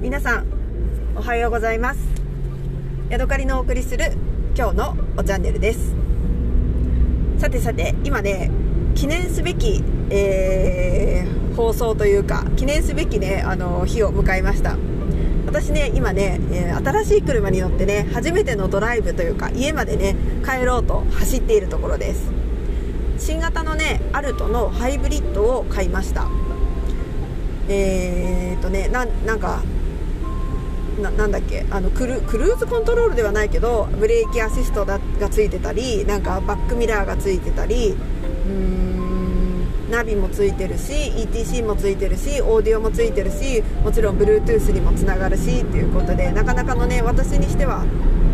皆さんおはようございます。ヤドカリのお送りする今日のおチャンネルです。さて今ね、記念すべき、放送というか記念すべきね日を迎えました。私ね今ね、新しい車に乗ってね初めてのドライブというか家までね帰ろうと走っているところです。新型のねアルトのハイブリッドを買いました。なんだっけクルーズコントロールではないけどブレーキアシストがついてたり、なんかバックミラーがついてたり、ナビもついてるし ETC もついてるしオーディオもついてるし、もちろん Bluetooth にもつながるしということで、なかなかのね私には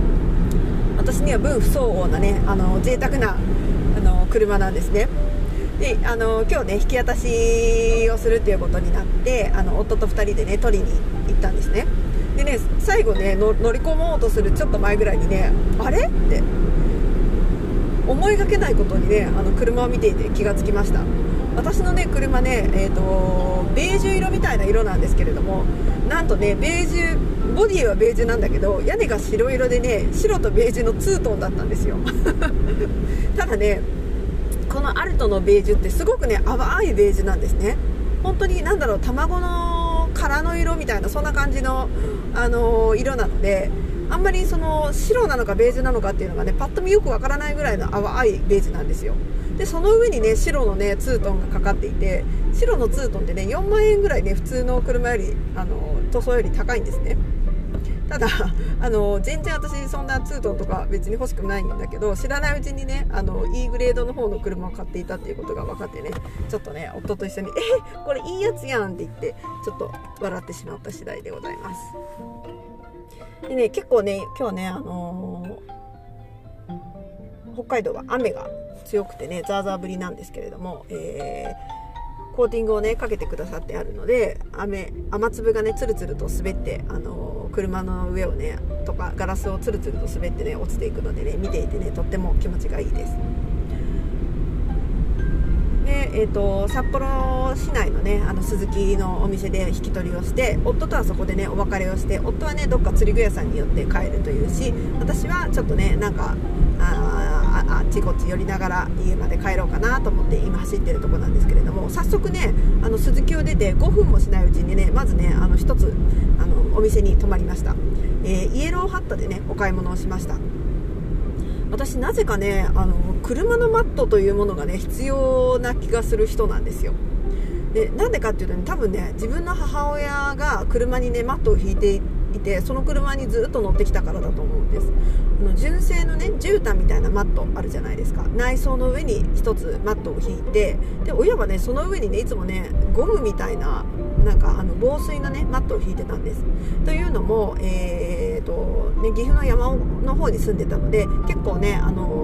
分不相応なね贅沢な車なんですね。で今日ね引き渡しをするっていうことになって夫と2人でね取りに行ったんですね。でね最後ね乗り込もうとするちょっと前ぐらいにねあれって思いがけないことにね車を見ていて気がつきました。私のね車ね、ベージュ色みたいな色なんですけれども、なんとねベージュボディはベージュなんだけど屋根が白色でね白とベージュのツートンだったんですよただねこのアルトのベージュってすごくね淡いベージュなんですね。本当に卵の殻の色みたいなそんな感じの、色なので、あんまりその白なのかベージュなのかっていうのがねパッと見よくわからないぐらいの淡いベージュなんですよ。でその上にね白のねツートンがかかっていて、白のツートンってね4万円ぐらいね普通の車より塗装より高いんですね。ただ全然私そんなツートンとか別に欲しくないんだけど、知らないうちにねEグレードの方の車を買っていたっていうことが分かってね、ちょっとね夫と一緒にこれいいやつやんって言ってちょっと笑ってしまった次第でございます。でね結構ね今日ね北海道は雨が強くてねザーザー降りなんですけれども、コーティングをねかけてくださってあるので雨粒がねつるつると滑って車の上をねとかガラスをつるつると滑ってね落ちていくのでね見ていてねとっても気持ちがいいです。で札幌市内のねスズキのお店で引き取りをして、夫とはそこでねお別れをして、夫はねどっか釣り具屋さんに寄って帰るというし、私はちょっとねなんかあっちこっち寄りながら家まで帰ろうかなと思って今走ってるとこなんですけれども、早速ねスズキを出て5分もしないうちにねまずね一つお店に泊まりました。イエローハットでねお買い物をしました。私なぜかね車のマットというものがね必要な気がする人なんですよ。でなんでかっていうとね、多分ね自分の母親が車にねマットを引いていて、その車にずっと乗ってきたからだと思うんです。純正のね絨毯みたいなマットあるじゃないですか。内装の上に一つマットを引いて、で親はねその上にねいつもねゴムみたいななんか防水のねマットを引いてたんです。というのも岐阜の山の方に住んでたので、結構ね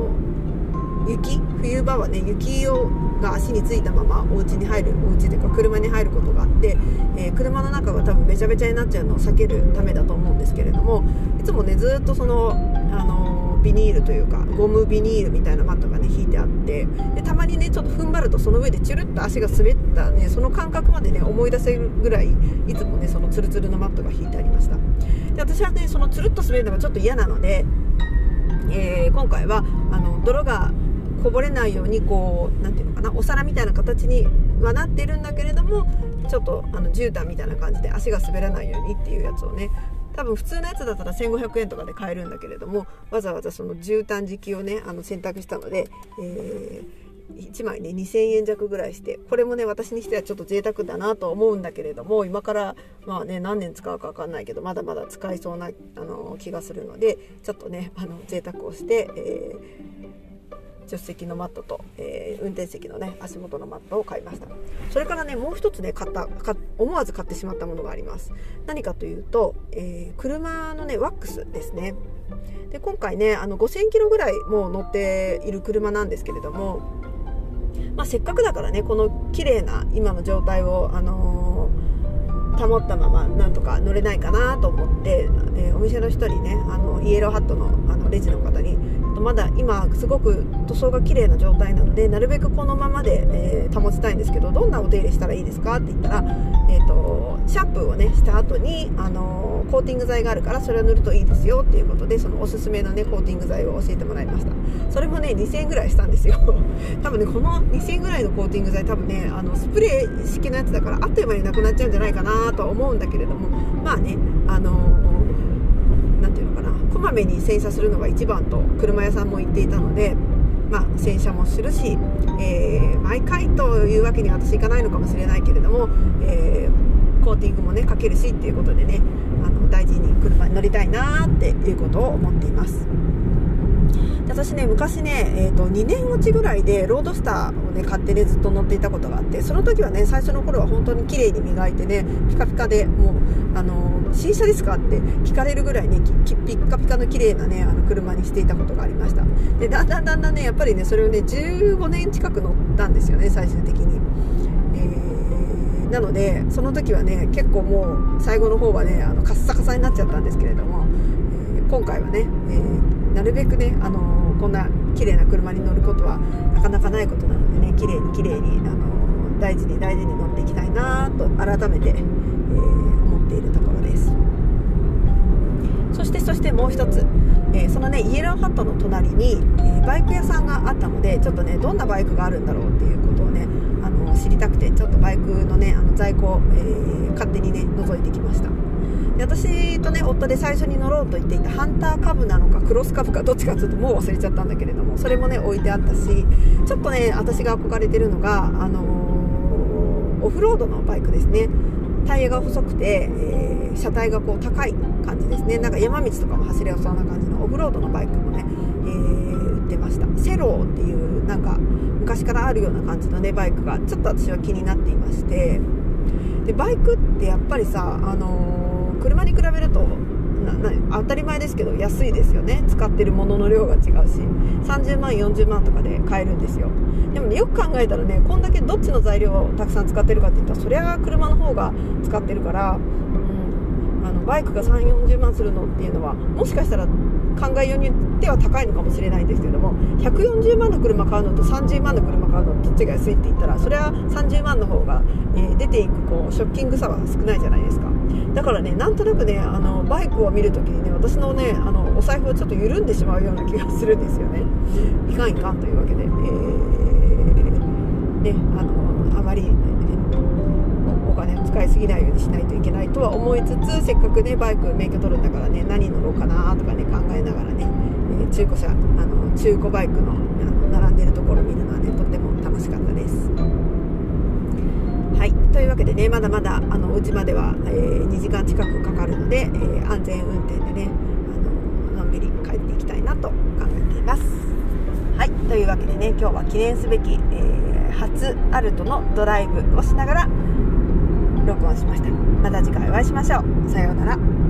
冬場はね雪が足についたままお家というか車に入ることがあって、車の中が多分べちゃべちゃになっちゃうのを避けるためだと思うんですけれども、いつもねずっとそのビニールというかゴムビニールみたいなマットがね引いてあって、でたまにねちょっと踏ん張るとその上でチュルッと足が滑ったねその感覚までね思い出せるぐらいいつもねそのツルツルのマットが引いてありました。で私はねそのツルッと滑るのがちょっと嫌なので、今回は泥がこぼれないようにこうなんていうのかな、お皿みたいな形にはなってるんだけれども、ちょっと絨毯みたいな感じで足が滑らないようにっていうやつをね、多分普通のやつだったら1500円とかで買えるんだけれども、わざわざその絨毯敷きをね選択したので、1枚ね2000円弱ぐらいして、これもね私にしてはちょっと贅沢だなと思うんだけれども、今からまあね何年使うか分かんないけどまだまだ使いそうな気がするので、ちょっとね贅沢をして、助手席のマットと、運転席のね足元のマットを買いました。それからねもう一つね思わず買ってしまったものがあります。何かというと、車のねワックスですね。で今回ね5000キロぐらいもう乗っている車なんですけれども、せっかくだからねこの綺麗な今の状態を保ったままなんとか乗れないかなと思って、お店の人にねイエローハットのレジの方にまだ今すごく塗装が綺麗な状態なので、なるべくこのままで、保ちたいんですけど、どんなお手入れしたらいいですかって言ったら、シャンプーをねした後に、コーティング剤があるからそれを塗るといいですよっていうことで、そのおすすめのねコーティング剤を教えてもらいました。それもね2000円ぐらいしたんですよ多分ねこの2000円ぐらいのコーティング剤、多分ねスプレー式のやつだからあっという間になくなっちゃうんじゃないかなとは思うんだけれども、まあねなんていうのかな、こまめに洗車するのが一番と車屋さんも言っていたので、まあ、洗車もするし、毎回というわけには私いかないのかもしれないけれども、コーティングもねかけるしっていうことでね、大事に車に乗りたいなっていうことを思っています。で私ね昔ね、2年落ちぐらいでロードスターをね買ってねずっと乗っていたことがあって、その時はね最初の頃は本当に綺麗に磨いてねピカピカで、もう新車ですかって聞かれるぐらいねピッカピカの綺麗なね車にしていたことがありました。でだんだんねやっぱりねそれをね15年近く乗ったんですよね、最終的に。なのでその時はね結構もう最後の方はねカッサカサになっちゃったんですけれども、今回はね、なるべくねこんな綺麗な車に乗ることはなかなかないことなのでね、綺麗に大事に乗っていきたいなと改めて、思っているところです。そしてもう一つ、そのねイエローハットの隣に、バイク屋さんがあったので、ちょっとねどんなバイクがあるんだろうっていうことをね知りたくて、ちょっとバイクのね在庫を、勝手にね覗いてきました。で私とね夫で最初に乗ろうと言っていたハンターカブなのかクロスカブかどっちかちょっともう忘れちゃったんだけれども、それもね置いてあったし、ちょっとね私が憧れてるのがオフロードのバイクですね。タイヤが細くて、車体がこう高い感じですね。なんか山道とかも走れそうな感じのオフロードのバイクもね、売ってました。セローっていうなんか昔からあるような感じのねバイクがちょっと私は気になっていまして、でバイクってやっぱりさ、車に比べると当たり前ですけど安いですよね。使ってるものの量が違うし、30万40万とかで買えるんですよ。でもねよく考えたらね、こんだけどっちの材料をたくさん使ってるかって言ったら、そりゃ車の方が使ってるから、バイクが3、40万するのっていうのはもしかしたら考えようによっては高いのかもしれないんですけれども、140万の車買うのと30万の車買うのどっちが安いって言ったら、それは30万の方が、出ていくこうショッキングさは少ないじゃないですか。だからねなんとなくねバイクを見るときにね、私のねお財布はちょっと緩んでしまうような気がするんですよね。いかんというわけで、あまりお金を使いすぎないようにしないといけないとは思いつつ、せっかくねバイク免許取るんだからね、何乗ろうかなとかね考えながらね、中古バイクの並んでいるところを見るのはねとっても楽しかったです。はい、というわけでね、まだまだお家までは、2時間近くかかるので、安全運転でねのんびり帰っていきたいなと考えています。はい、というわけでね、今日は記念すべき、初アルトのドライブをしながら録音しました。また次回お会いしましょう。さようなら。